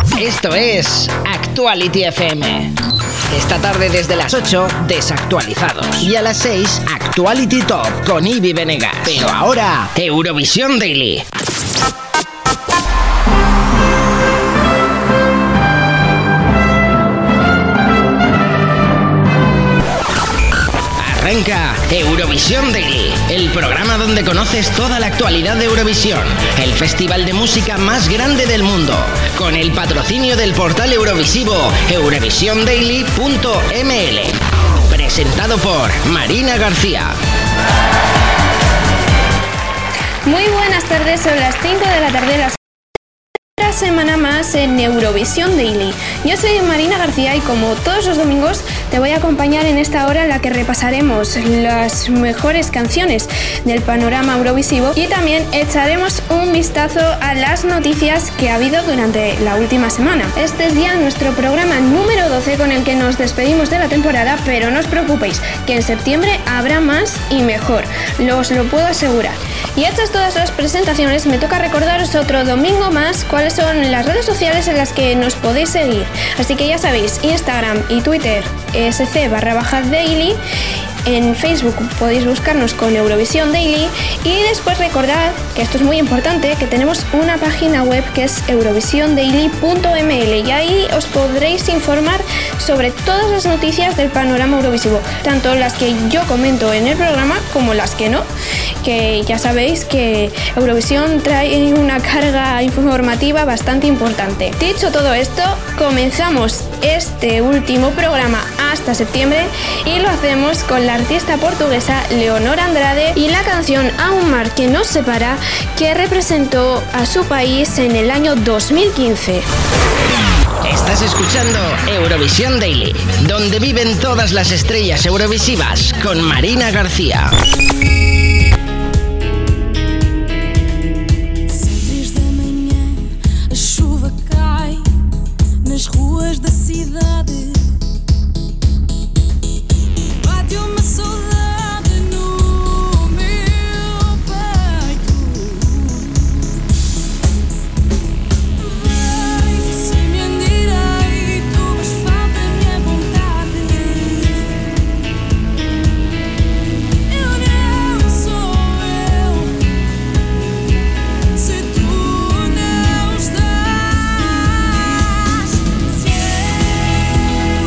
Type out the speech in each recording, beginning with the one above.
Esto es Actuality FM. Esta tarde desde las 8, Desactualizados. Y a las 6, Actuality Top con Ibi Venegas. Pero ahora, Eurovisión Daily. Arranca Eurovisión Daily, el programa donde conoces toda la actualidad de Eurovisión, el festival de música más grande del mundo, con el patrocinio del portal eurovisivo eurovisiondaily.ml. Presentado por Marina García. Muy buenas tardes, son las 5 de la tarde, otra semana más en Eurovisión Daily. Yo soy Marina García y como todos los domingos te voy a acompañar en esta hora en la que repasaremos las mejores canciones del panorama eurovisivo y también echaremos un vistazo a las noticias que ha habido durante la última semana. Este es ya nuestro programa número 12 con el que nos despedimos de la temporada, pero no os preocupéis, que en septiembre habrá más y mejor, os lo puedo asegurar. Y hechas todas las presentaciones, me toca recordaros otro domingo más cuáles son las redes sociales en las que nos podéis seguir. Así que ya sabéis, Instagram y Twitter, esc_daily. En Facebook podéis buscarnos con Eurovisión Daily y después recordad, que esto es muy importante, que tenemos una página web que es eurovisiondaily.ml y ahí os podréis informar sobre todas las noticias del panorama eurovisivo, tanto las que yo comento en el programa como las que no, que ya sabéis que Eurovisión trae una carga informativa bastante importante. Dicho todo esto, comenzamos este último programa hasta septiembre y lo hacemos con la artista portuguesa Leonor Andrade y la canción A un mar que nos separa, que representó a su país en el año 2015. Estás escuchando Eurovisión Daily, donde viven todas las estrellas eurovisivas con Marina García. Desde a manhã a chuva cai nas ruas da cidade. Bate uma saudade no meu peito. Vais sem me endireito, mas falta-me a vontade. Eu não sou eu se tu não estás. Se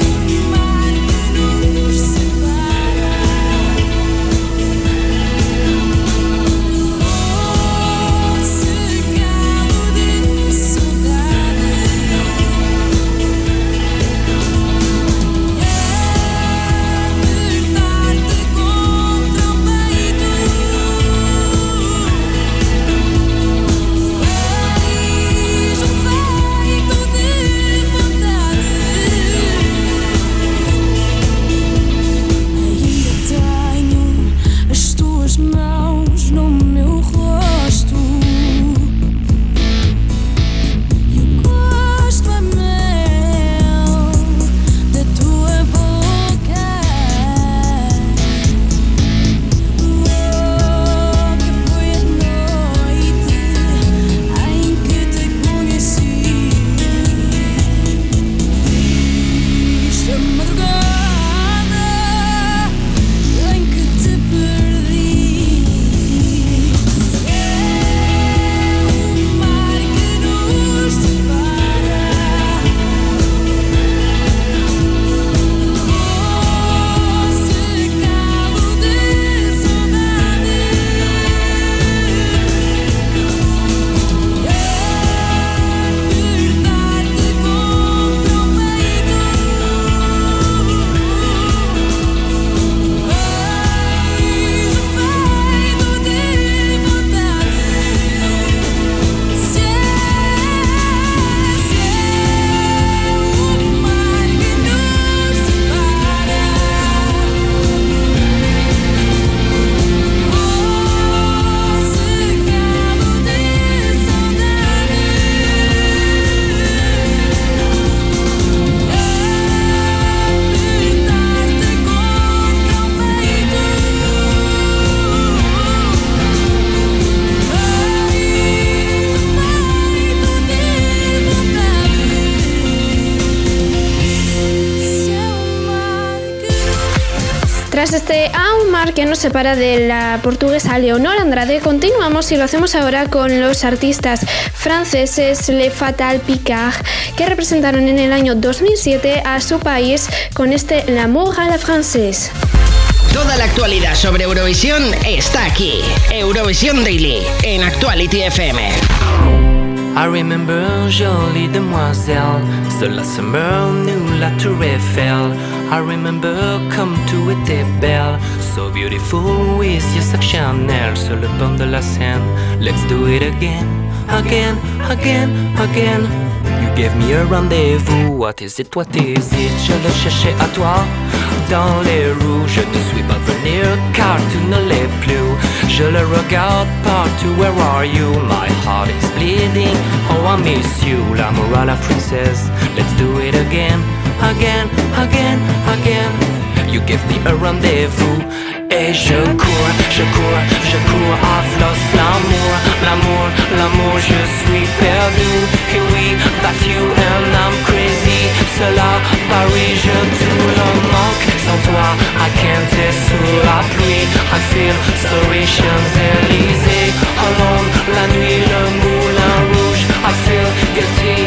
Tras este A un mar que nos separa de la portuguesa Leonor Andrade, continuamos y lo hacemos ahora con los artistas franceses Les Fatal Picard, que representaron en el año 2007 a su país con este L'amour à la française. Toda la actualidad sobre Eurovisión está aquí. Eurovisión Daily en Actuality FM. I remember jolie demoiselle, cela summer nous la tour Eiffel. I remember come to était belle, so beautiful with your sac Chanel sur le pont de la Seine. Let's do it again, again, again, again. You gave me a rendez-vous, what is it, what is it? Je le cherchais à toi, dans les roues. Je ne suis pas venir car tu ne l'es plus. Je le regarde partout, where are you? My heart is bleeding, oh I miss you. L'amour à la française, let's do it again, again, again, again. You gave me a rendez-vous. Et je cours, je cours, je cours, I've lost l'amour, l'amour, l'amour, je suis perdu. Et oui, that you and I'm crazy. Cela, Paris, je tout le manque. Sans toi, I can't être sous la pluie. I feel sorry, Champs-Élysées. Alone, la nuit, le moulin rouge. I feel guilty.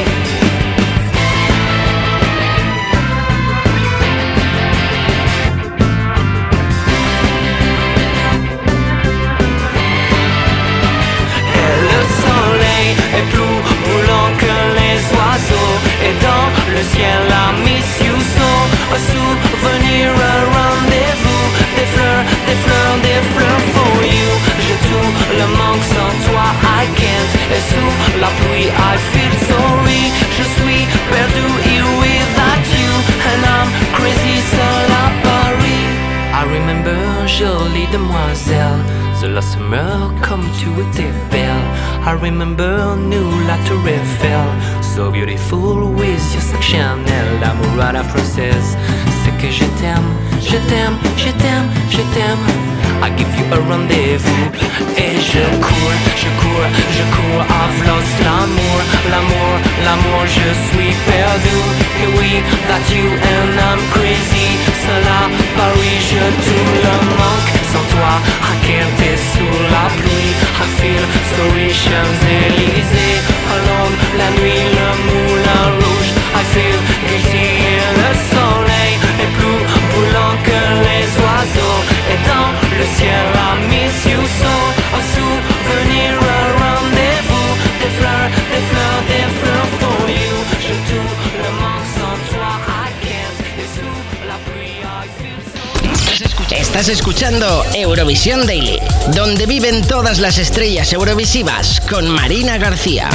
Est plus brûlant que les oiseaux. Et dans le ciel la Miss You so un souvenir, un rendez-vous. Des fleurs, des fleurs, des fleurs for you. Je tout le manque sans toi, I can't. Et sous la pluie, I feel sorry. Je suis perdu here without you. And I'm crazy seul à Paris. I remember jolie demoiselle, the last summer come to était belle. I remember nous la tour Eiffel, so beautiful with your sac Chanel. L'amour à la française, c'est que je t'aime, je t'aime, je t'aime, je t'aime. I give you a rendez-vous. Et je cours, je cours, je cours, I've lost l'amour, l'amour, l'amour, je suis perdu. Et oui, that you and I'm crazy. Cela, Paris, je tout le manque. Sans toi, I can't être sous la pluie. I feel sorry, Champs-Élysées. Alone, la nuit, le moulin rouge. I feel guilty et le soleil est plus brûlant que les oiseaux. Et dans le ciel, I miss you so. Un souvenir, un rendez-vous. Des fleurs, des fleurs, des fleurs for you. Je tout le manque sans toi, I can't. Et sous la pluie, I feel so. Estás escuchando Eurovisión Daily, donde viven todas las estrellas eurovisivas con Marina García.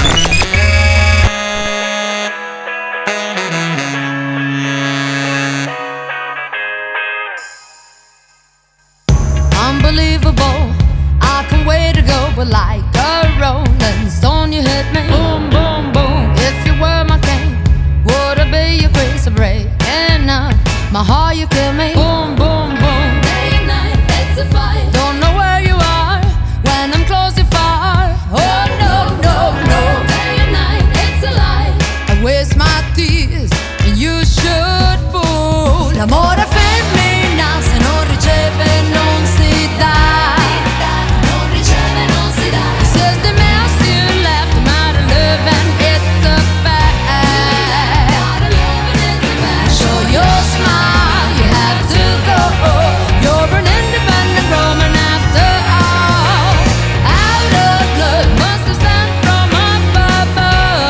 Unbelievable, I can't wait to go, but like a rolling stone you hit me. Boom, boom, boom. If you were my king, would I be your Chris breaking up my heart? You kill me. Boom, boom, boom. Day and night, it's a fight. Don't know where you are when I'm close to far. Oh no, no, no. Day and night, it's a lie. I waste my tears and you should fool. L'amore femminile se non riceve non si dà. Non riceve non si dà. It says the mess you left him out of living, it's a fact. Out of living, it's a fact. Show your smile, you have to go. You're an independent woman after all. Out of blood, must have sent from above.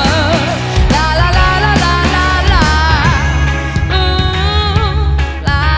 La la la la la la la. La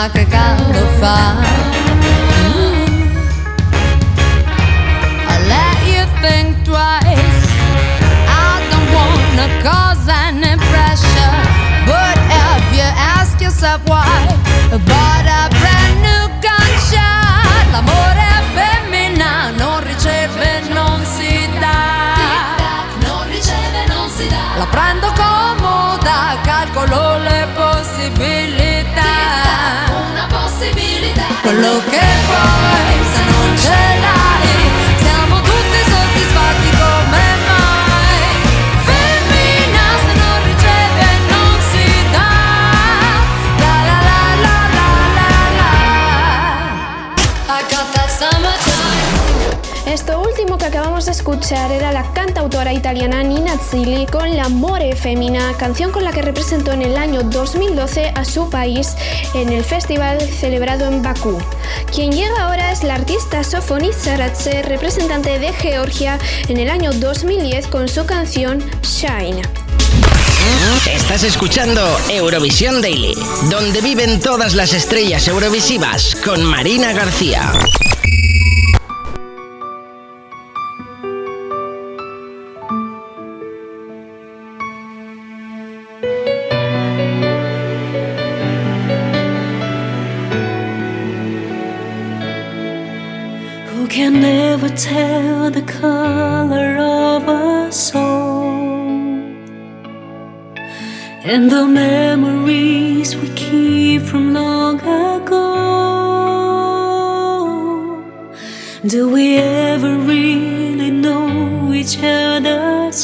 like a candle fire. I'll let you think twice. I don't wanna cause any pressure, but if you ask yourself why, bought a brand new gunshot. L'amore femmina non riceve, non si dà. Non riceve, non si dà. La prendo comoda, calcolo le possibilità. Una possibilità. Quello che vuoi se non ce l'hai, siamo tutti soddisfatti come mai. Femmina se non riceve non si dà. La la la la la la la. I got that summertime. Esto último que acabamos de escuchar era la cantautora italiana Nina Zilli con L'amore femmina, canción con la que representó en el año 2012 a su país en el festival celebrado en Bakú. Quien llega ahora es la artista Sofoni Saratse, representante de Georgia en el año 2010 con su canción Shine. Estás escuchando Eurovisión Daily, donde viven todas las estrellas eurovisivas con Marina García. Can never tell the color of a song and the memories we keep from long ago. Do we ever really know each other's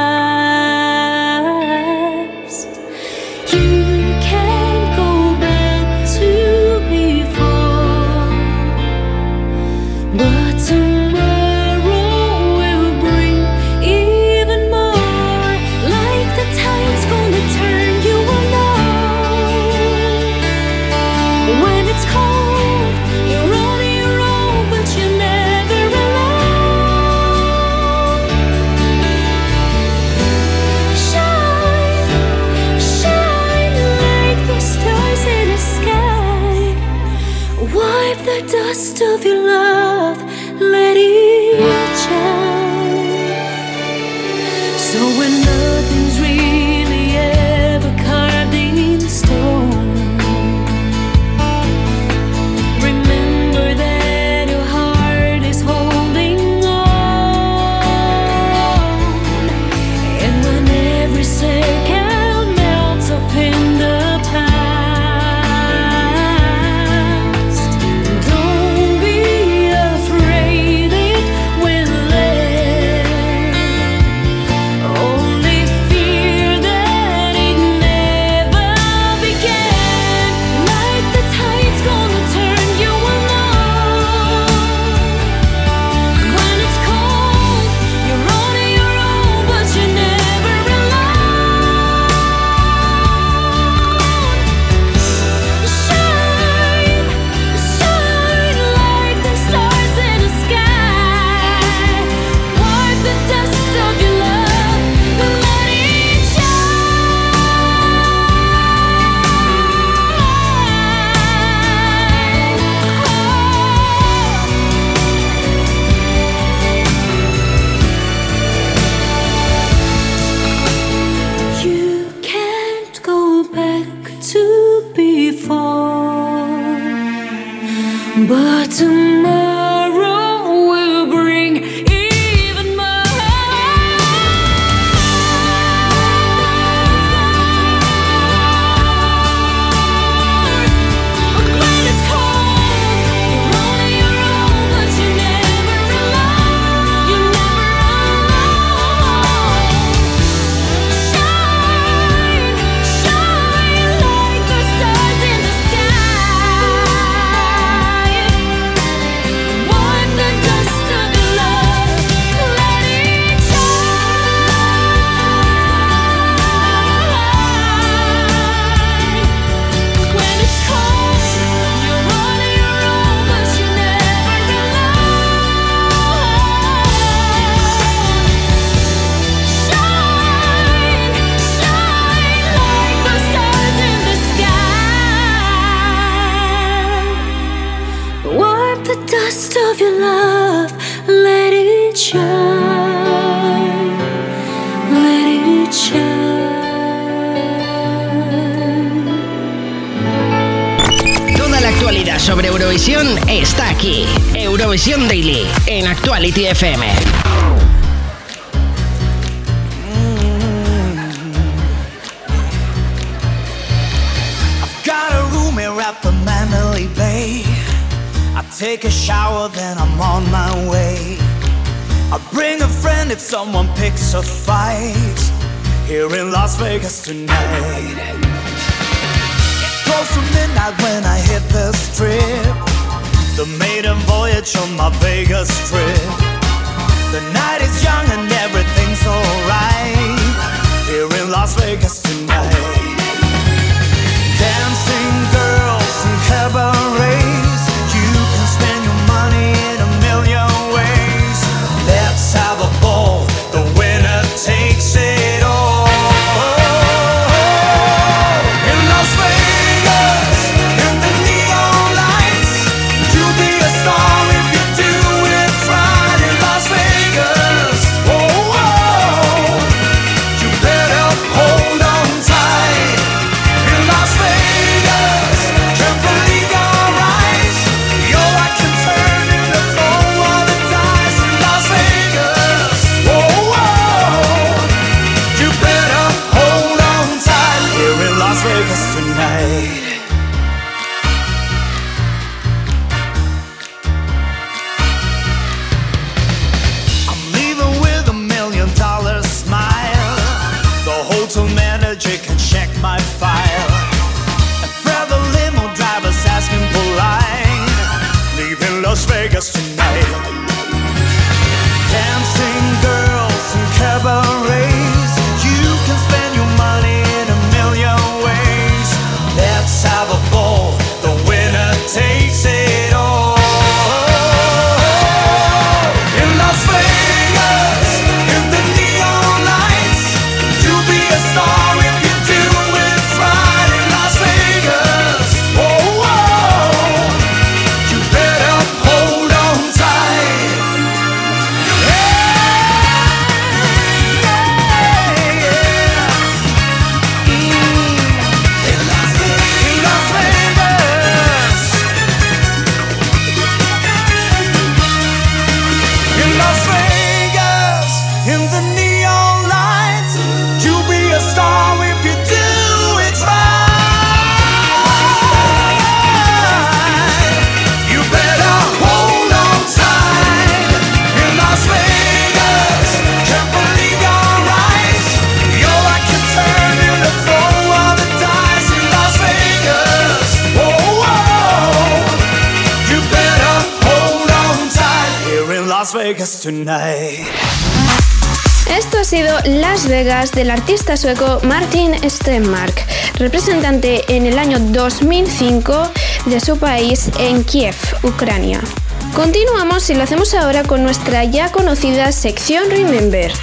past? You can't go back to before, but tomorrow will bring even more. Like the tide's gonna turn, you will know. When it's cold, you're on your own, but you're never alone. Shine, shine like the stars in the sky. Wipe the dust of your love, let it shine. So when nothing's really ever carved in stone, remember that your heart is holding on. And when every second melts up in the past, don't be afraid it will end. Only fear that it never began. Like the tide's gonna turn, you will know. When it's cold, you're on your own, but you're never alone. Shine, shine like the stars in the sky. Wipe the dust of your love, let it shine. You can't go back to before, but tomorrow will bring even more. But when it's cold, you're on your own, but you're never alone. You're never alone. Shine, shine like the stars in the sky. Toda la actualidad sobre Eurovisión está aquí. Eurovisión Daily en Actuality FM. Got a room here at the Mandalay Bay. I take a shower, then I'm on my way. I bring a friend if someone picks a fight here in Las Vegas tonight. It's close to midnight when I hit the strip, the maiden voyage on my Vegas trip. The night is young and everything's alright here in Las Vegas tonight. Dancing girls and cabarets, you can spend your money in a million ways. Let's have a ball, the winner takes it all. In Las Vegas, in the neon lights, you'll be a star if you do it right. In Las Vegas, oh, oh, you better hold on tight. In Las Vegas, trampoline alright. Yo, I can turn in the throw of the dice. In Las Vegas, oh, oh, you better hold on tight. Here in Las Vegas tonight. I'm leaving with $1 million smile. The hotel manager can check my file. And for the limo drivers asking polite, leaving Las Vegas tonight. Dancing girls and cabarets, you can spend your money in a million ways. Let's have a ball, the winner takes it all. In Las Vegas, in the neon lights, you'll be a star if you do it right. In Las Vegas, oh, oh, you better hold on tight. In Las Vegas, in Las Vegas, in the neon lights, you'll be a star if you do it right. You better hold on tight. In Las Vegas, trampoline alright. Yo, I can turn in the throw of the dice. In Las Vegas, oh, oh, you better hold on tight. Here in Las Vegas tonight. Esto ha sido Las Vegas del artista sueco Martin Stenmark, representante en el año 2005 de su país en Kiev, Ucrania. Continuamos y lo hacemos ahora con nuestra ya conocida sección Remember.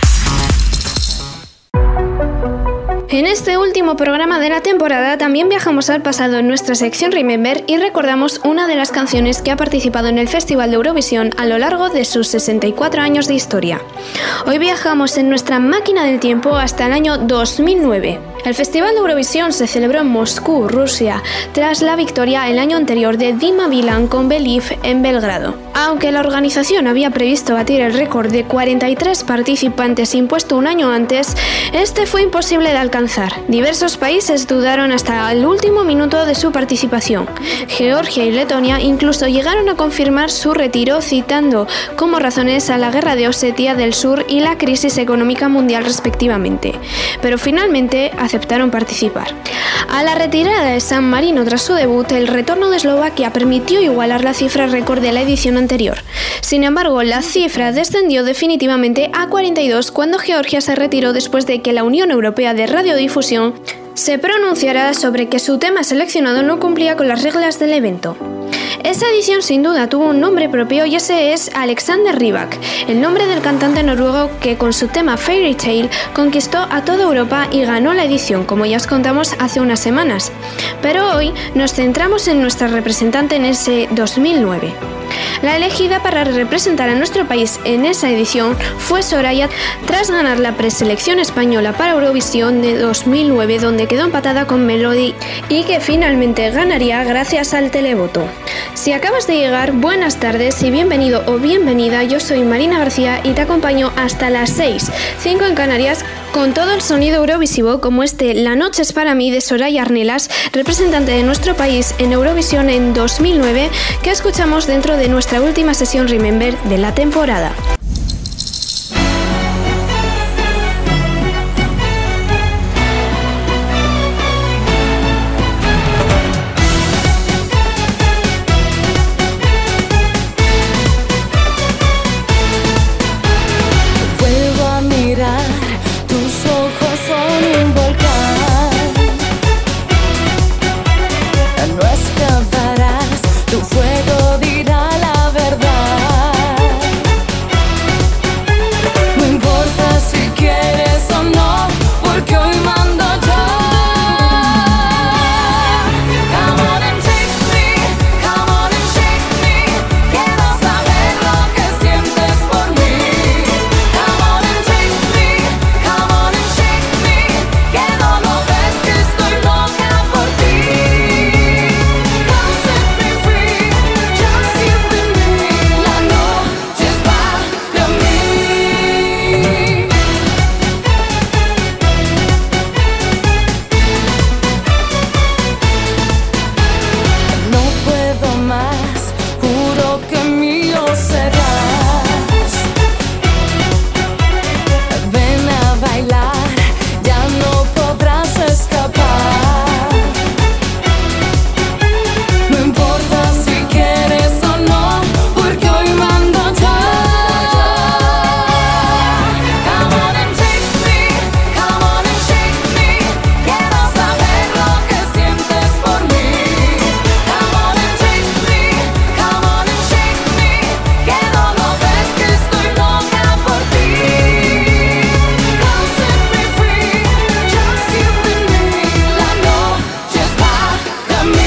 En este último programa de la temporada también viajamos al pasado en nuestra sección Remember y recordamos una de las canciones que ha participado en el Festival de Eurovisión a lo largo de sus 64 años de historia. Hoy viajamos en nuestra máquina del tiempo hasta el año 2009. El Festival de Eurovisión se celebró en Moscú, Rusia, tras la victoria el año anterior de Dima Bilan con Believe en Belgrado. Aunque la organización había previsto batir el récord de 43 participantes impuesto un año antes, este fue imposible de alcanzar. Diversos países dudaron hasta el último minuto de su participación. Georgia y Letonia incluso llegaron a confirmar su retiro, citando como razones a la guerra de Osetia del Sur y la crisis económica mundial respectivamente. Pero finalmente aceptaron participar. A la retirada de San Marino tras su debut, el retorno de Eslovaquia permitió igualar la cifra récord de la edición anterior. Sin embargo, la cifra descendió definitivamente a 42 cuando Georgia se retiró después de que la Unión Europea de Radiodifusión se pronunciara sobre que su tema seleccionado no cumplía con las reglas del evento. Esa edición sin duda tuvo un nombre propio y ese es Alexander Rybak, el nombre del cantante noruego que con su tema Fairy Tale conquistó a toda Europa y ganó la edición, como ya os contamos hace unas semanas. Pero hoy nos centramos en nuestra representante en ese 2009. La elegida para representar a nuestro país en esa edición fue Soraya, tras ganar la preselección española para Eurovisión de 2009, donde quedó empatada con Melody y que finalmente ganaría gracias al televoto. Si acabas de llegar, buenas tardes y bienvenido o bienvenida. Yo soy Marina García y te acompaño hasta las 6, 5 en Canarias, con todo el sonido eurovisivo como La noche es para mí de Soraya Arnelas, representante de nuestro país en Eurovisión en 2009, que escuchamos dentro de nuestra última sesión Remember de la temporada. Vuelvo a mirar, tus ojos son un volcán. No escaparás, tu fuego dirá la verdad. No importa si quieres o no, porque hoy mando yo. Come on and take me, come on and shake me. Quiero saber lo que sientes por mí. Come on and take me, come on and shake me. Que no lo ves que estoy loca por ti. Come set me free, just you and me. La noche es para mí. No puedo más, juro que mío serás. Ven a bailar, ya no podrás escapar. No importa si quieres o no, porque hoy mando yo. Come on and take me, come on and shake me. Quiero saber lo que sientes por mí. Come on and take me, come on and shake me. Que no lo ves que estoy loca por ti. Come set me free, just you and me. La noche es para mí.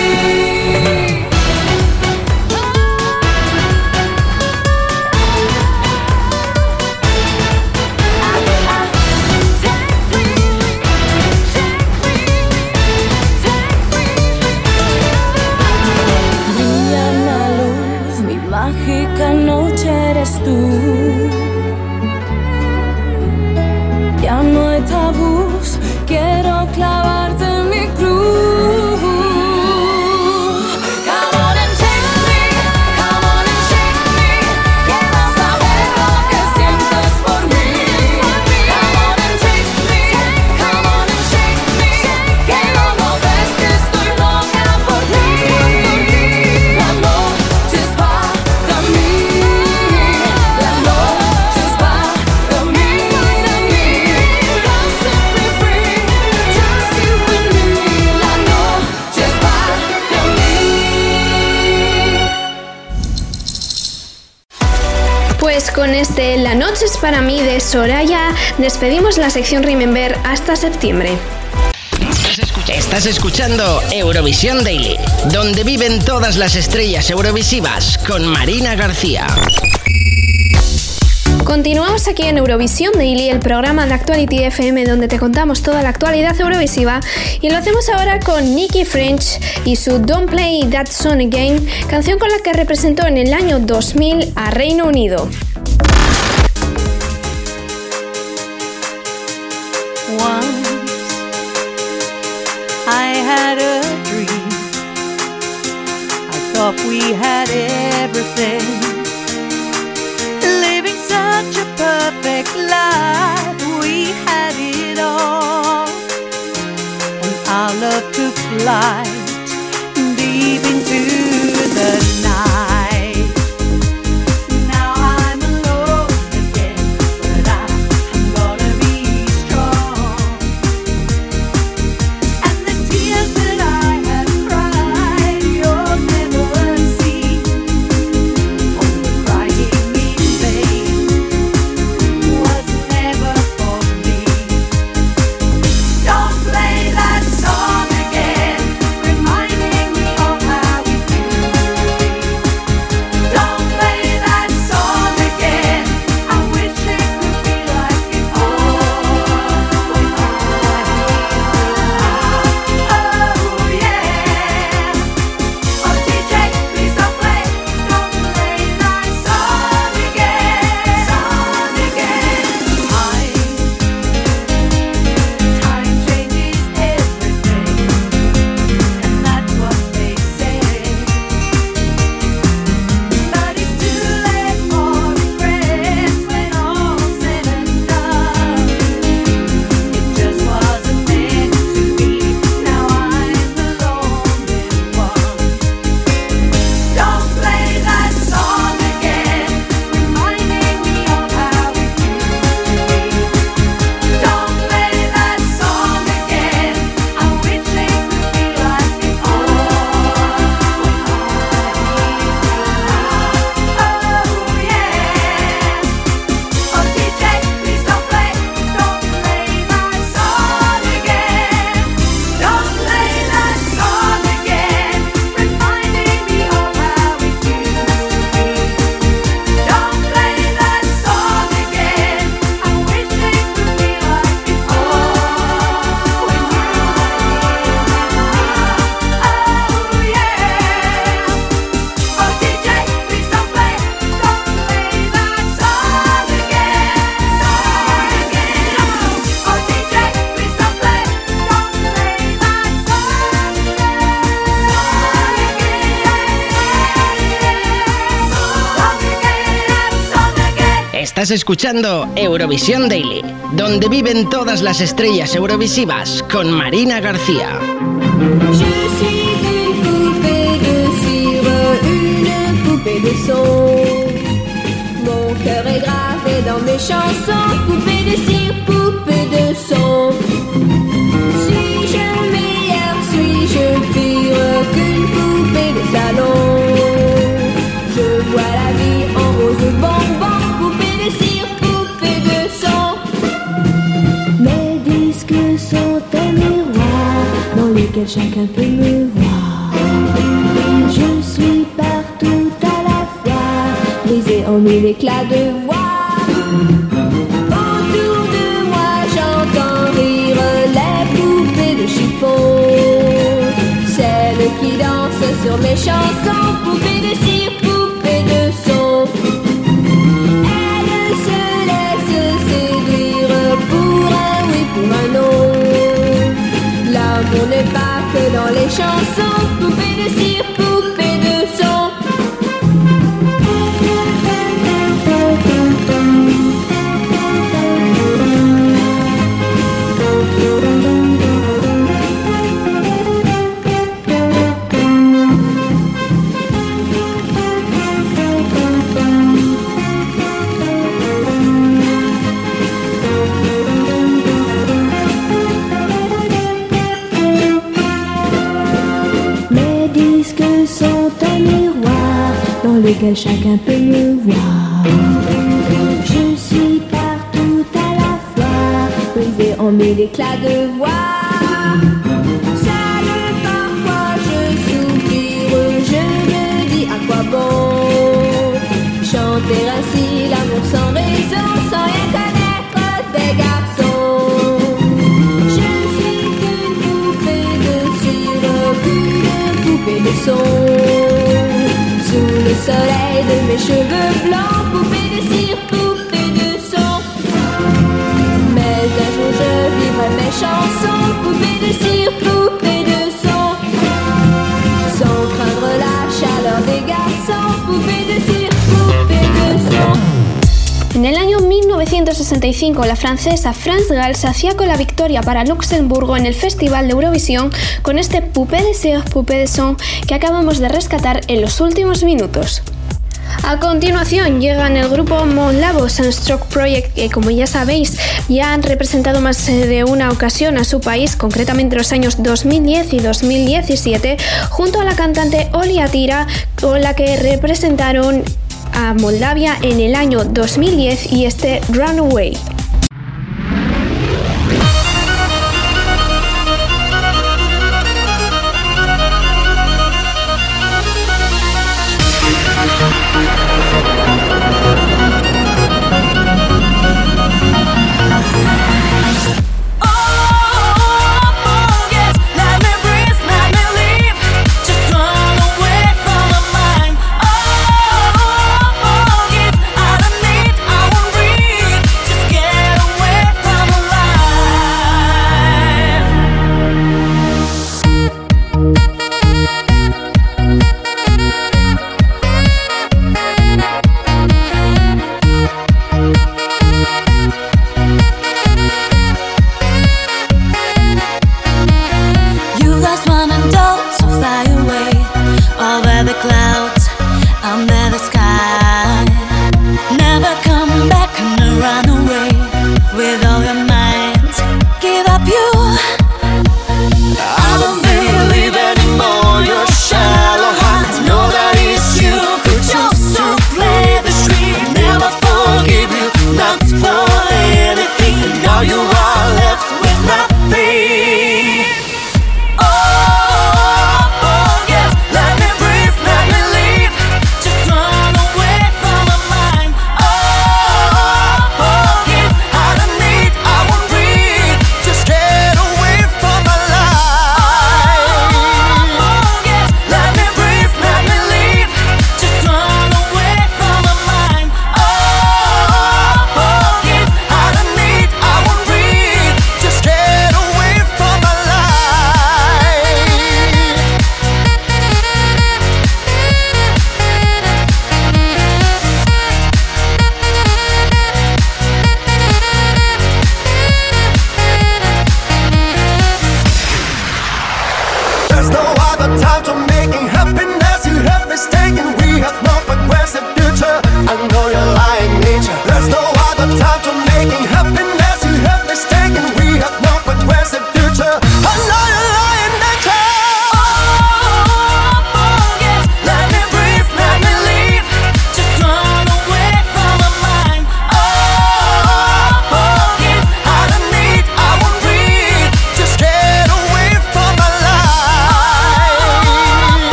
Brilla la luz, mi mágica noche eres tú. Ya no hay tabús, quiero clavarte en mi cruz. Come on and take me, come on and shake me. Quiero saber lo que sientes por mí. Come on and take me, come on and shake me. Que no lo ves que estoy loca por ti. La noche es para mí, la noche es para mí. Come set me free, just you and me. La noche es para mí. Pues con La noche es para mí de Soraya despedimos la sección Remember hasta septiembre. Estás escuchando Eurovisión Daily, donde viven todas las estrellas eurovisivas con Marina García. Continuamos aquí en Eurovisión Daily, el programa de Actuality FM donde te contamos toda la actualidad eurovisiva, y lo hacemos ahora con Nicki French y su Don't Play That Song Again, canción con la que representó en el año 2000 a Reino Unido. Once I had a dream. I thought we had everything, living such a perfect life. We had it all, and our love took flight deep into the night. Now I'm alone again, but I'm gonna be strong. And the tears that I have cried, you'll never see. Oh, the crying in vain was never for me. Don't play that song again. Estás escuchando Eurovisión Daily, donde viven todas las estrellas eurovisivas con Marina García. Je suis une poupée de cire, une poupée de son. Mon cœur est gravé dans mes chansons, poupée de cire, poupée de son. Suis-je meilleure, suis-je pire qu'une poupée de salon? Je vois la vie en rose bonbon, poupée de cire, poupée de son. Mes disques sont un miroir dans lequel chacun peut me voir. Je suis partout à la fois, brisée en mille éclats de voix. Autour de moi j'entends rire les poupées de chiffon, celles qui dansent sur mes chansons, poupées de cire, poupées de son. Elles se laissent séduire pour un oui, pour un non. L'amour n'est pas que dans les chansons, poupée de cire, poupée de son. Mes disques sont un miroir dans lequel chacun peut me voir. Je suis partout à la fois, brisée en mille éclats de voix. Seule parfois je soupire, je me dis à quoi bon chanter ainsi l'amour sans raison, sans rien connaître des garçons. Je suis qu'une poupée de cire, qu'une poupée de son. Sous le soleil de mes cheveux blancs, poupée de cire, poupée de son. Mais un jour je vivrai mes chansons, poupée de cire, poupée de son. Sans craindre la chaleur des garçons, poupée de cire, poupée de son. En el año 1965, la francesa France Gall se hacía con la victoria para Luxemburgo en el Festival de Eurovisión con este Poupée de cire, poupée de son que acabamos de rescatar en los últimos minutos. A continuación llegan el grupo Mon Labo Sunstroke Project, que como ya sabéis ya han representado más de una ocasión a su país, concretamente en los años 2010 y 2017, junto a la cantante Oli Atira, con la que representaron a Moldavia en el año 2010 y este Runaway. Just get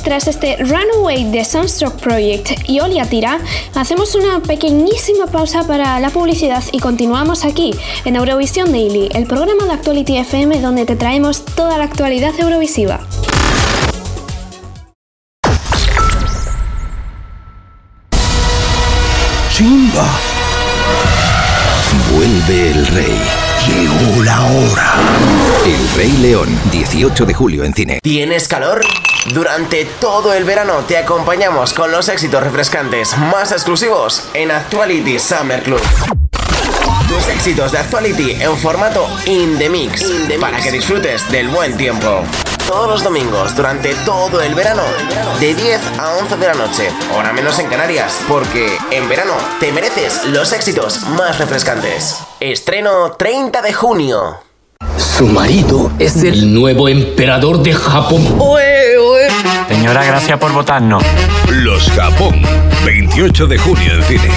tras este Runaway de Sunstroke Project y Olia Tira, hacemos una pequeñísima pausa para la publicidad y continuamos aquí, en Eurovisión Daily, el programa de Actuality FM donde te traemos toda la actualidad eurovisiva. Simba. Vuelve el rey. Llegó la hora. El Rey León, 18 de julio en cine. ¿Tienes calor? Durante todo el verano te acompañamos con los éxitos refrescantes más exclusivos en Actuality Summer Club. Tus éxitos de Actuality en formato In The Mix, para que disfrutes del buen tiempo. Todos los domingos durante todo el verano, de 10 a 11 de la noche, hora menos en Canarias, porque en verano te mereces los éxitos más refrescantes. Estreno 30 de junio. Su marido es el nuevo emperador de Japón. Señora, gracias por votarnos. Los Japón, 28 de junio en cines.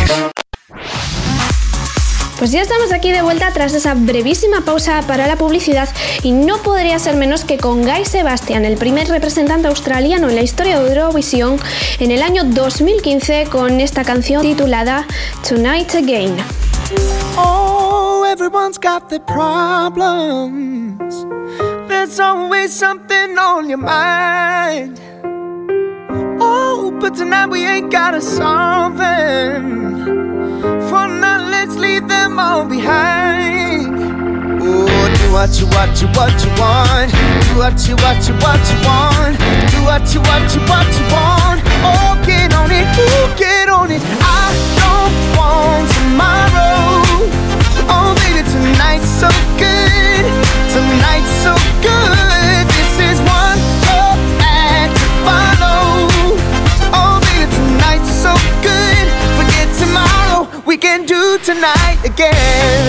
Pues ya estamos aquí de vuelta tras esa brevísima pausa para la publicidad y no podría ser menos que con Guy Sebastian, el primer representante australiano en la historia de Eurovisión en el año 2015 con esta canción titulada Tonight Again. Oh, everyone's got their problems. There's always something on your mind. Oh, but tonight we ain't gotta solve them. For now, let's leave them all behind. Oh, do what you want. Do what you want. Do what you want. Do what you want. Oh, get on it. Ooh, get on it. I don't want tomorrow. Oh, baby, tonight's so good. Tonight's so good. This is one tough act to follow. Oh, baby, tonight's so good. Forget tomorrow. We can do tonight again.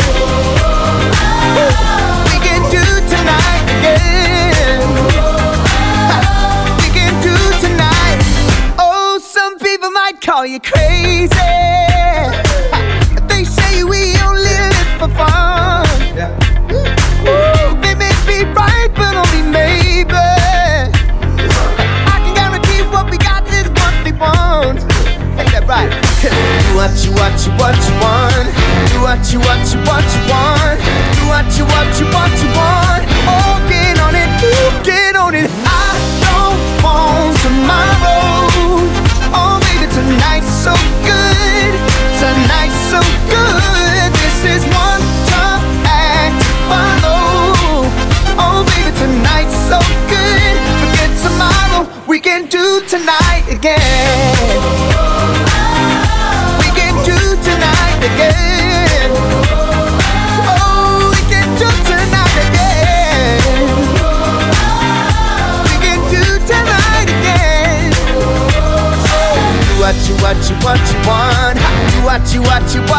We can do tonight again. We can do tonight. Oh, some people might call you crazy. They say we only live for fun. Ooh, they may be right, but only maybe. I can guarantee what we got is what they want. Ain't that right? Do what you want. Do what you want. Do what you want. Do what you want. Oh, get on it. Ooh, get on it. I don't want tomorrow. Oh, baby, tonight's so good. Tonight's so good. This is one tough act to follow. Oh, baby, tonight's so good. Forget tomorrow. We can do tonight again. We can do tonight again. Oh, we can do tonight again. We can do tonight again. Do what you want. Do what you want. Do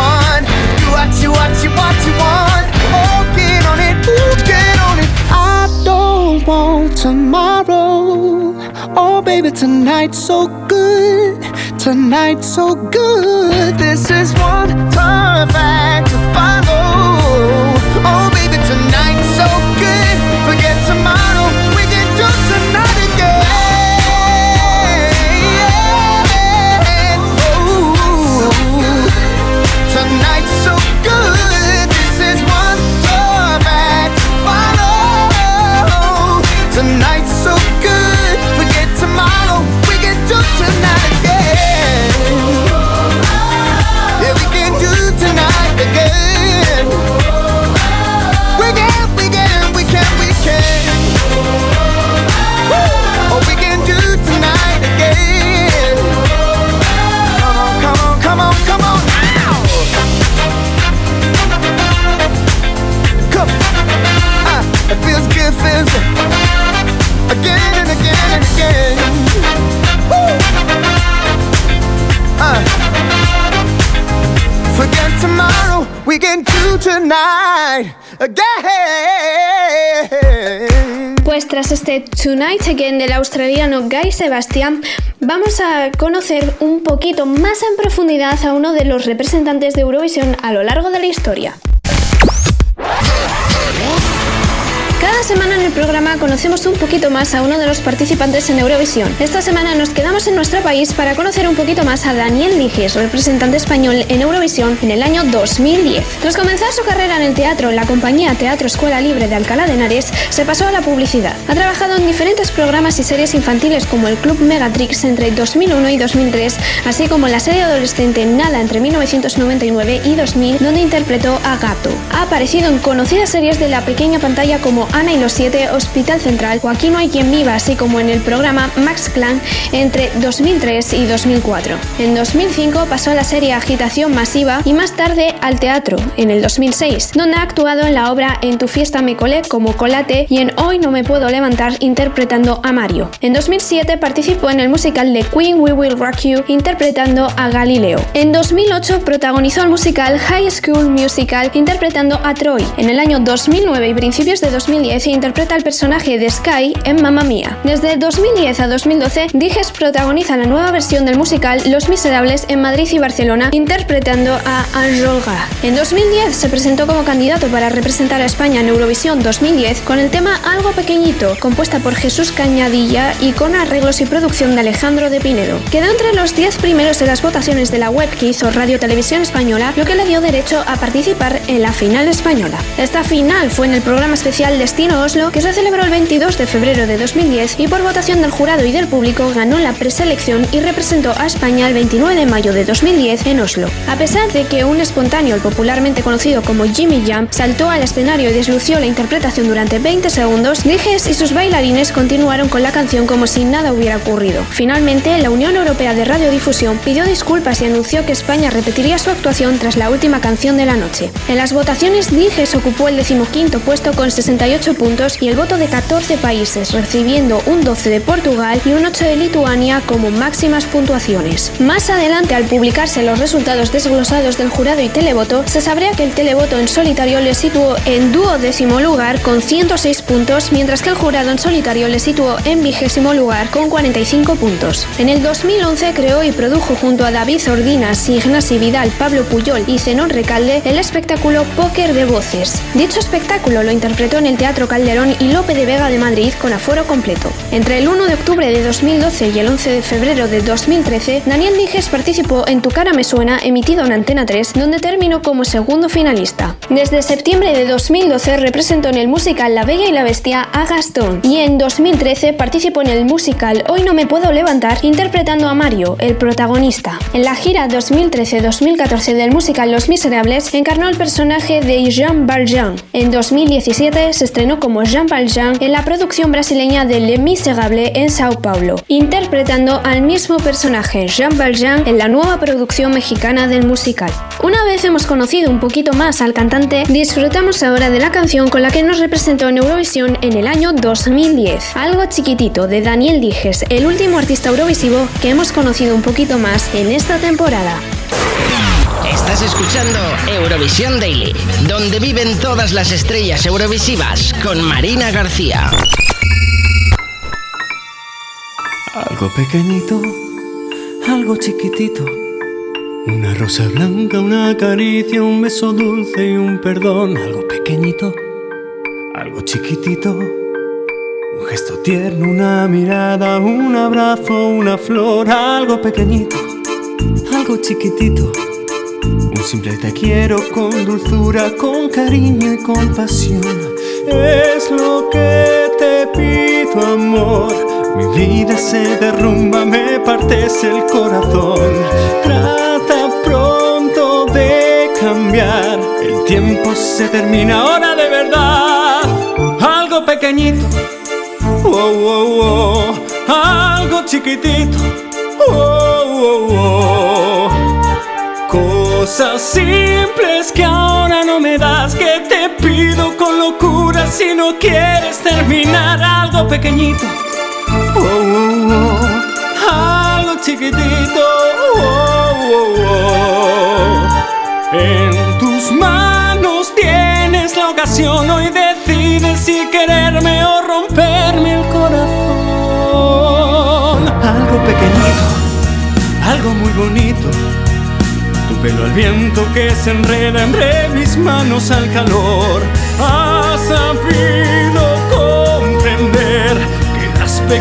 what you want. Oh, get on it. Ooh, get on it. I don't want tomorrow. Oh, baby, tonight's so good. Tonight's so good. This is one tough act to follow. Oh, baby, tonight's so good. Forget tomorrow. We can do tonight again. Oh, tonight's so good. This is one tough act to follow. Tonight's so good. Forget tomorrow. We can do tonight again. Yeah, we can do tonight again. We can. Oh, we can do tonight again. Come on now. Come on. It feels good. Again and again and again. Woo. Forget tomorrow, we can do tonight again. Pues tras este Tonight Again del australiano Guy Sebastian, vamos a conocer un poquito más en profundidad a uno de los representantes de Eurovisión a lo largo de la historia. Cada semana en el programa conocemos un poquito más a uno de los participantes en Eurovisión. Esta semana nos quedamos en nuestro país para conocer un poquito más a Daniel Dijes, representante español en Eurovisión en el año 2010. Tras comenzar su carrera en el teatro, la compañía Teatro Escuela Libre de Alcalá de Henares se pasó a la publicidad. Ha trabajado en diferentes programas y series infantiles como el Club Megatrix entre 2001 y 2003, así como la serie adolescente Nada entre 1999 y 2000, donde interpretó a Gato. Ha aparecido en conocidas series de la pequeña pantalla como Ana y los Siete, Hospital Central o Aquí no hay quien viva, así como en el programa Max Clan entre 2003 y 2004. En 2005 pasó a la serie Agitación Masiva y más tarde al teatro, en el 2006, donde ha actuado en la obra En tu fiesta me colé como Colate y en Hoy no me puedo levantar interpretando a Mario. En 2007 participó en el musical de Queen We Will Rock You interpretando a Galileo. En 2008 protagonizó el musical High School Musical interpretando a Troy. En el año 2009 y principios de 2010 interpreta el personaje de Sky en Mamma Mía. Desde 2010 a 2012, Dijes protagoniza la nueva versión del musical Los Miserables en Madrid y Barcelona interpretando a Enjolras. En 2010 se presentó como candidato para representar a España en Eurovisión 2010 con el tema Algo Pequeñito, compuesta por Jesús Cañadilla y con arreglos y producción de Alejandro de Pinedo. Quedó entre los 10 primeros en las votaciones de la web que hizo Radio Televisión Española, lo que le dio derecho a participar en la final española. Esta final fue en el programa especial Destino Oslo, que se celebró el 22 de febrero de 2010 y por votación del jurado y del público ganó la preselección y representó a España el 29 de mayo de 2010 en Oslo. A pesar de que un espontáneo, el popularmente conocido como Jimmy Jam, saltó al escenario y deslució la interpretación durante 20 segundos, Dijes y sus bailarines continuaron con la canción como si nada hubiera ocurrido. Finalmente, la Unión Europea de Radiodifusión pidió disculpas y anunció que España repetiría su actuación tras la última canción de la noche. En las votaciones, Dijes ocupó el 15º puesto con 68 puntos y el voto de 14 países, recibiendo un 12 de Portugal y un 8 de Lituania como máximas puntuaciones. Más adelante, al publicarse los resultados desglosados del jurado y televoto, se sabría que el televoto en solitario le situó en 12º lugar con 106 puntos, mientras que el jurado en solitario le situó en 20º lugar con 45 puntos. En el 2011 creó y produjo junto a David Ordinas, Ignasi Vidal, Pablo Puyol y Zenón Recalde el espectáculo Póker de Voces. Dicho espectáculo lo interpretó en el Teatro Calderón y Lope de Vega de Madrid con aforo completo. Entre el 1 de octubre de 2012 y el 11 de febrero de 2013, Daniel Dijes participó en Tu cara me suena, emitido en Antena 3, donde terminó como segundo finalista. Desde septiembre de 2012 representó en el musical La Bella y la Bestia a Gastón y en 2013 participó en el musical Hoy no me puedo levantar interpretando a Mario, el protagonista. En la gira 2013-2014 del musical Los Miserables encarnó el personaje de Jean Valjean. En 2017 se estrenó como Jean Valjean en la producción brasileña de Les Miserables en Sao Paulo, interpretando al mismo personaje, Jean Valjean, en la nueva producción mexicana del musical. Una vez hemos conocido un poquito más al cantante, disfrutamos ahora de la canción con la que nos representó en Eurovisión en el año 2010, Algo Chiquitito, de Daniel Dijes, el último artista eurovisivo que hemos conocido un poquito más en esta temporada. Estás escuchando Eurovisión Daily, donde viven todas las estrellas eurovisivas con Marina García. Algo pequeñito, algo chiquitito, una rosa blanca, una caricia, un beso dulce y un perdón. Algo pequeñito, algo chiquitito, un gesto tierno, una mirada, un abrazo, una flor. Algo pequeñito, algo chiquitito, un simple te quiero con dulzura, con cariño y compasión. Es lo que te pido, amor. Mi vida se derrumba, me partes el corazón. Trata pronto de cambiar. El tiempo se termina ahora de verdad. Algo pequeñito, oh, oh, oh. Algo chiquitito, oh, oh, oh. Cosas simples que ahora no me das, que te pido con locura si no quieres terminar. Algo pequeñito, oh, oh, oh. Algo chiquitito, oh, oh, oh. En tus manos tienes la ocasión, hoy decides si quererme o romperme el corazón. Algo pequeñito, algo muy bonito, tu pelo al viento que se enreda entre mis manos al calor. Has sabido cómo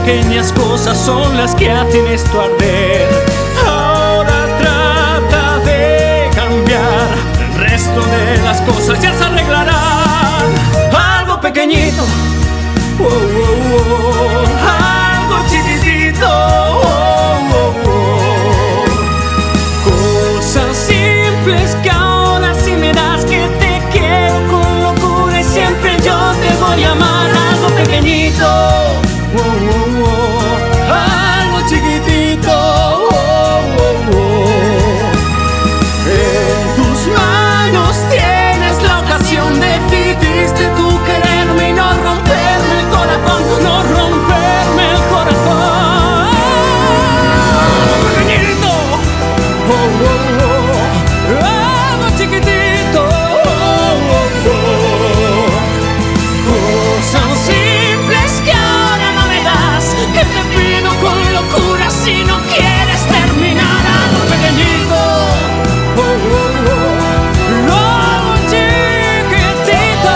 pequeñas cosas son las que hacen esto arder. Ahora trata de cambiar, el resto de las cosas ya se arreglarán. Algo pequeñito, oh, oh, oh, algo chiquitito, oh, oh, oh. Cosas simples que ahora si me das que te quiero con locura y siempre yo te voy a amar. Algo pequeñito, oh, oh, oh, algo chiquitito, oh, oh, oh. En tus manos tienes la ocasión, decidiste tú quererme y no romperme el corazón, no romperme el corazón. Algo pequeñito, oh, oh, oh, algo chiquitito, oh, oh, oh. Cosas simples que ahora no me das, que te pido con locura si no quieres terminar. Algo pequeñito, oh, oh, oh, algo chiquitito.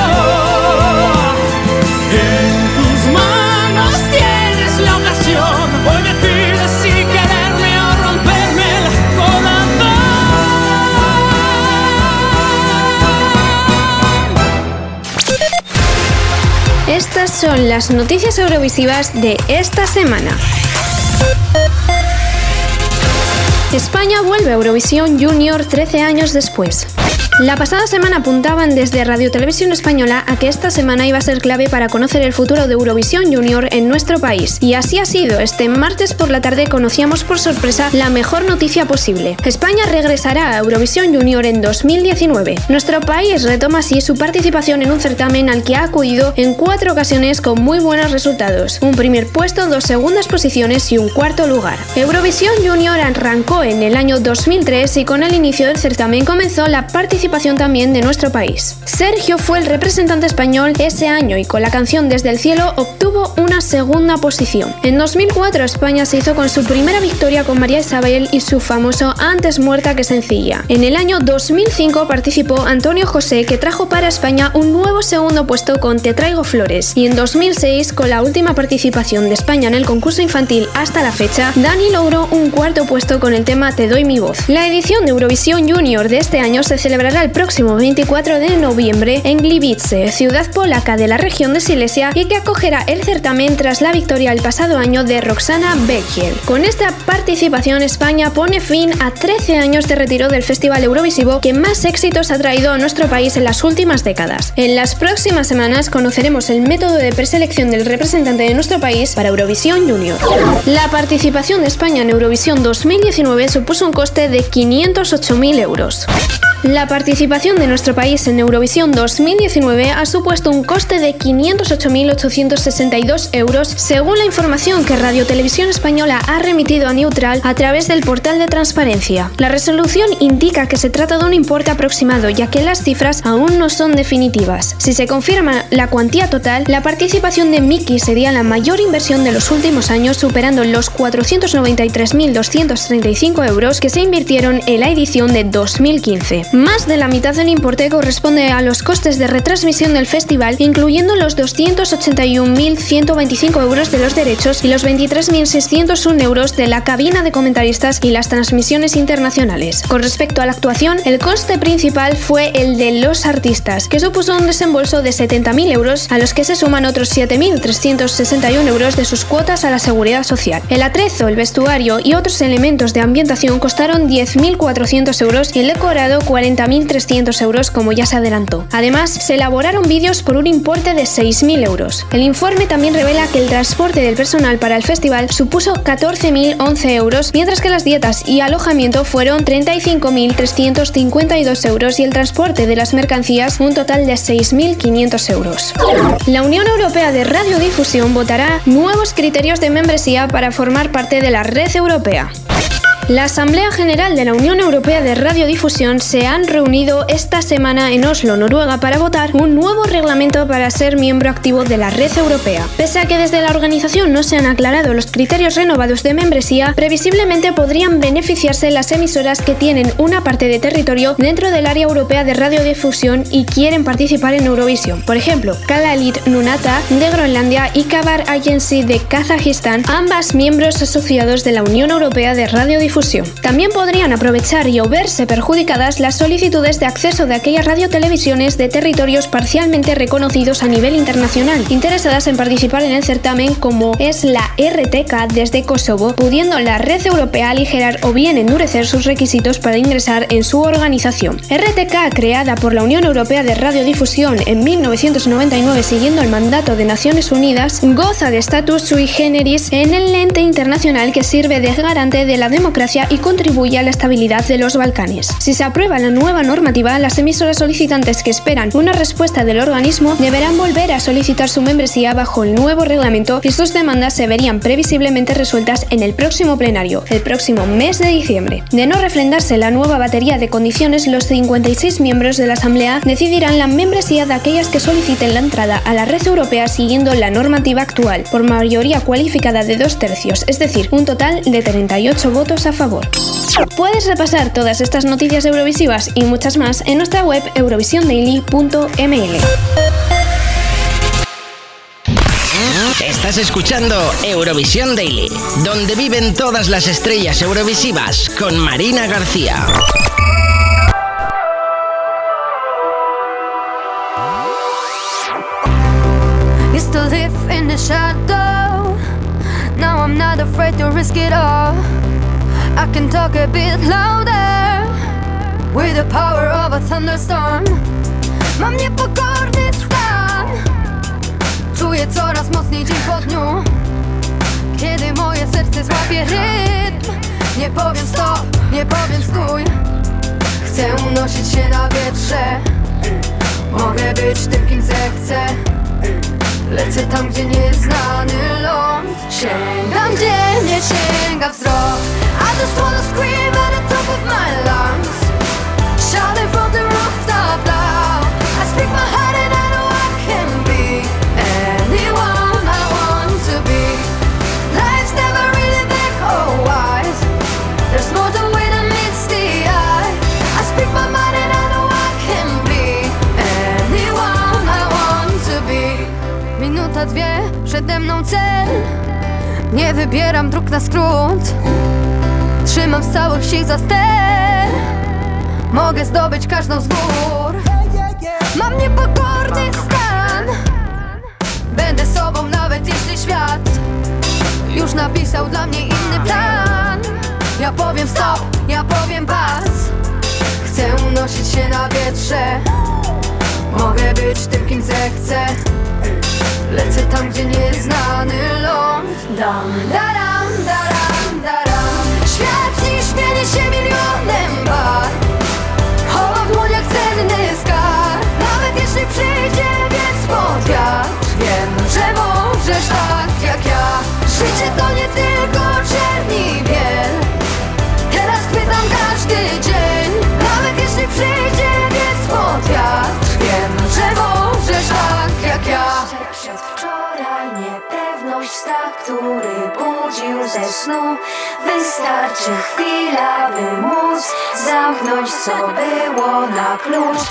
En tus manos tienes la ocasión, hoy decides si quererme o romperme el corazón. Estas son las noticias eurovisivas de esta semana. España vuelve a Eurovisión Junior 13 años después. La pasada semana apuntaban desde Radio Televisión Española a que esta semana iba a ser clave para conocer el futuro de Eurovisión Junior en nuestro país. Y así ha sido. Este martes por la tarde conocíamos por sorpresa la mejor noticia posible. España regresará a Eurovisión Junior en 2019. Nuestro país retoma así su participación en un certamen al que ha acudido en 4 ocasiones con muy buenos resultados. Un primer puesto, 2 segundas posiciones y un cuarto lugar. Eurovisión Junior arrancó en el año 2003 y con el inicio del certamen comenzó la participación también de nuestro país. Sergio fue el representante español ese año y con la canción Desde el cielo obtuvo una segunda posición. En 2004 España se hizo con su primera victoria con María Isabel y su famoso Antes muerta que sencilla. En el año 2005 participó Antonio José, que trajo para España un nuevo segundo puesto con Te traigo flores, y en 2006, con la última participación de España en el concurso infantil hasta la fecha, Dani logró un cuarto puesto con el tema Te doy mi voz. La edición de Eurovisión Junior de este año se celebrará el próximo 24 de noviembre en Gliwice, ciudad polaca de la región de Silesia, y que acogerá el certamen tras la victoria el pasado año de Roxana Beciel. Con esta participación España pone fin a 13 años de retiro del festival eurovisivo que más éxitos ha traído a nuestro país en las últimas décadas. En las próximas semanas conoceremos el método de preselección del representante de nuestro país para Eurovisión Junior. La participación de España en Eurovisión 2019 supuso un coste de 508.000 euros. La participación de nuestro país en Eurovisión 2019 ha supuesto un coste de 508.862 euros, según la información que Radio Televisión Española ha remitido a Neutral a través del portal de transparencia. La resolución indica que se trata de un importe aproximado, ya que las cifras aún no son definitivas. Si se confirma la cuantía total, la participación de Miki sería la mayor inversión de los últimos años, superando los 493.235 euros que se invirtieron en la edición de 2015. Más de la mitad del importe corresponde a los costes de retransmisión del festival, incluyendo los 281.125 euros de los derechos y los 23.601 euros de la cabina de comentaristas y las transmisiones internacionales. Con respecto a la actuación, el coste principal fue el de los artistas, que supuso un desembolso de 70.000 euros, a los que se suman otros 7.361 euros de sus cuotas a la seguridad social. El atrezo, el vestuario y otros elementos de ambientación costaron 10.400 euros y el decorado 40.300 euros, como ya se adelantó. Además, se elaboraron vídeos por un importe de 6.000 euros. El informe también revela que el transporte del personal para el festival supuso 14.011 euros, mientras que las dietas y alojamiento fueron 35.352 euros y el transporte de las mercancías un total de 6.500 euros. La Unión Europea de Radiodifusión votará nuevos criterios de membresía para formar parte de la red europea. La Asamblea General de la Unión Europea de Radiodifusión se han reunido esta semana en Oslo, Noruega, para votar un nuevo reglamento para ser miembro activo de la red europea. Pese a que desde la organización no se han aclarado los criterios renovados de membresía, previsiblemente podrían beneficiarse las emisoras que tienen una parte de territorio dentro del área europea de radiodifusión y quieren participar en Eurovisión. Por ejemplo, Kalalit Nunata de Groenlandia y Kabar Agency de Kazajistán, ambas miembros asociados de la Unión Europea de Radiodifusión. También podrían aprovechar y o verse perjudicadas las solicitudes de acceso de aquellas radiotelevisiones de territorios parcialmente reconocidos a nivel internacional, interesadas en participar en el certamen, como es la RTK desde Kosovo, pudiendo la red europea aligerar o bien endurecer sus requisitos para ingresar en su organización. RTK, creada por la Unión Europea de Radiodifusión en 1999 siguiendo el mandato de Naciones Unidas, goza de estatus sui generis en el ente internacional que sirve de garante de la democracia y contribuye a la estabilidad de los Balcanes. Si se aprueba la nueva normativa, las emisoras solicitantes que esperan una respuesta del organismo deberán volver a solicitar su membresía bajo el nuevo reglamento y sus demandas se verían previsiblemente resueltas en el próximo plenario, el próximo mes de diciembre. De no refrendarse la nueva batería de condiciones, los 56 miembros de la Asamblea decidirán la membresía de aquellas que soliciten la entrada a la red europea siguiendo la normativa actual, por mayoría cualificada de 2/3, es decir, un total de 38 votos a favor. Puedes repasar todas estas noticias eurovisivas y muchas más en nuestra web eurovisiondaily.ml. Estás escuchando Eurovisión Daily, donde viven todas las estrellas eurovisivas con Marina García. Used to live in the shadow. Now I'm not afraid to risk it all. I can talk a bit louder with the power of a thunderstorm. Mam niepokorny stan. Czuję coraz mocniej dzień po dniu. Kiedy moje serce złapie rytm, nie powiem stop, nie powiem stój. Chcę unosić się na wietrze. Mogę być tym, kim zechcę. Lecę tam, gdzie nieznany ląd. Sięgam, gdzie nie sięga wzrok. I just wanna scream at the top of my lungs, shouting from the rooftop loud. I speak my heart and I know I can be anyone I want to be. Life's never really that wise. There's more to it than meets the eye. I speak my mind and I know I can be anyone I want to be. Minuta, dwie, przede mną cel. Nie wybieram dróg na skrót. Trzymam z całych sił za ster. Mogę zdobyć każdą z gór. Mam niepokorny stan. Będę sobą nawet jeśli świat już napisał dla mnie inny plan. Ja powiem stop, ja powiem pas. Chcę unosić się na wietrze. Mogę być tym, kim zechcę. Lecę tam, gdzie nieznany ląd. Dam, daram, daram, daram. Świat dziś mieni się milionem barw. Chowa w dłoniach cenny skarb. Nawet jeśli przyjdzie wiec pod wiatr, wiem, że możesz tak jak ja. Życie to nie tylko czerni i biel. Teraz chwytam każdy dzień. Nawet jeśli przyjdzie wiec pod wiatr, wiem, że możesz tak jak ja. Przedwczoraj niepewność, strach, który budził ze snu. Wystarczy chwila, by móc zamknąć, co było na klucz.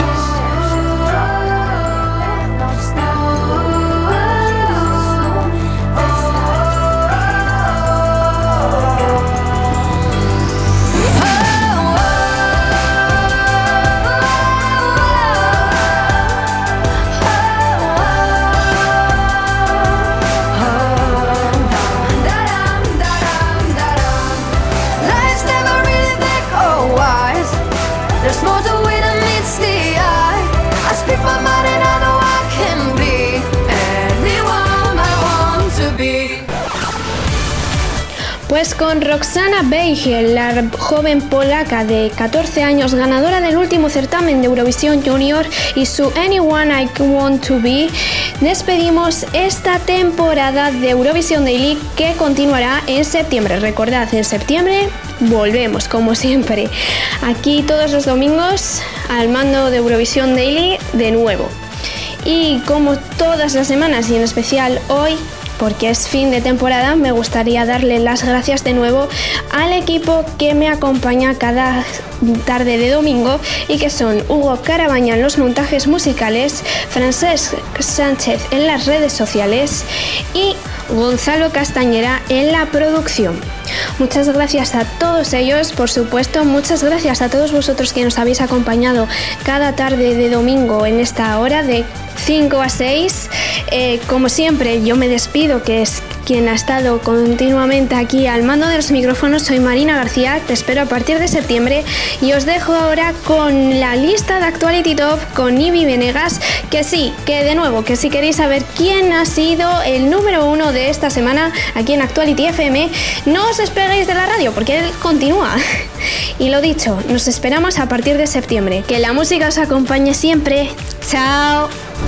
There's more to it than meets the eye. I speak my mind and I know I can be anyone I want to be. Pues con Roxana Beigel, la joven polaca de 14 años, ganadora del último certamen de Eurovisión Junior, y su Anyone I Want to Be, despedimos esta temporada de Eurovisión Daily, que continuará en septiembre. Recordad, en septiembre volvemos, como siempre, aquí todos los domingos al mando de Eurovisión Daily de nuevo. Y como todas las semanas y en especial hoy, porque es fin de temporada, me gustaría darle las gracias de nuevo al equipo que me acompaña cada tarde de domingo y que son Hugo Carabaña en los montajes musicales, Francesc Sánchez en las redes sociales y Gonzalo Castañera en la producción. Muchas gracias a todos ellos, por supuesto, muchas gracias a todos vosotros que nos habéis acompañado cada tarde de domingo en esta hora de 5 a 6. Como siempre, yo me despido, que es quien ha estado continuamente aquí al mando de los micrófonos. Soy Marina García, te espero a partir de septiembre y os dejo ahora con la lista de Actuality Top con Ibi Venegas, que sí, que de nuevo, que si queréis saber quién ha sido el número 1 de esta semana aquí en Actuality FM, no os despeguéis de la radio porque él continúa. Y lo dicho, nos esperamos a partir de septiembre. Que la música os acompañe siempre. ¡Chao!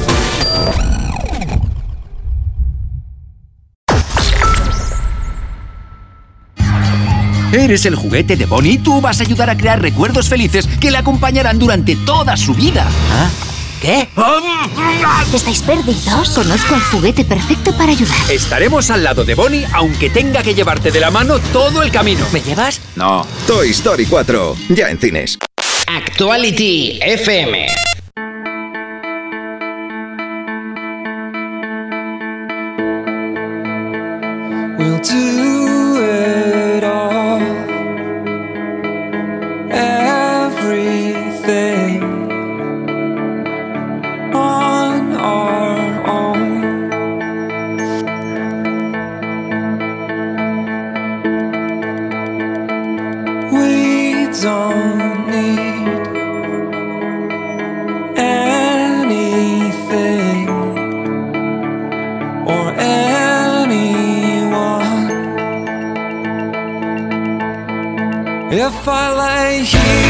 Eres el juguete de Bonnie y tú vas a ayudar a crear recuerdos felices que le acompañarán durante toda su vida. ¿Ah? ¿Qué? ¿Estáis perdidos? Conozco al juguete perfecto para ayudar. Estaremos al lado de Bonnie aunque tenga que llevarte de la mano todo el camino. ¿Me llevas? No. Toy Story 4, ya en cines. Actuality FM. We'll do it all, everything on our own. We don't need anything or anyone. If I lay here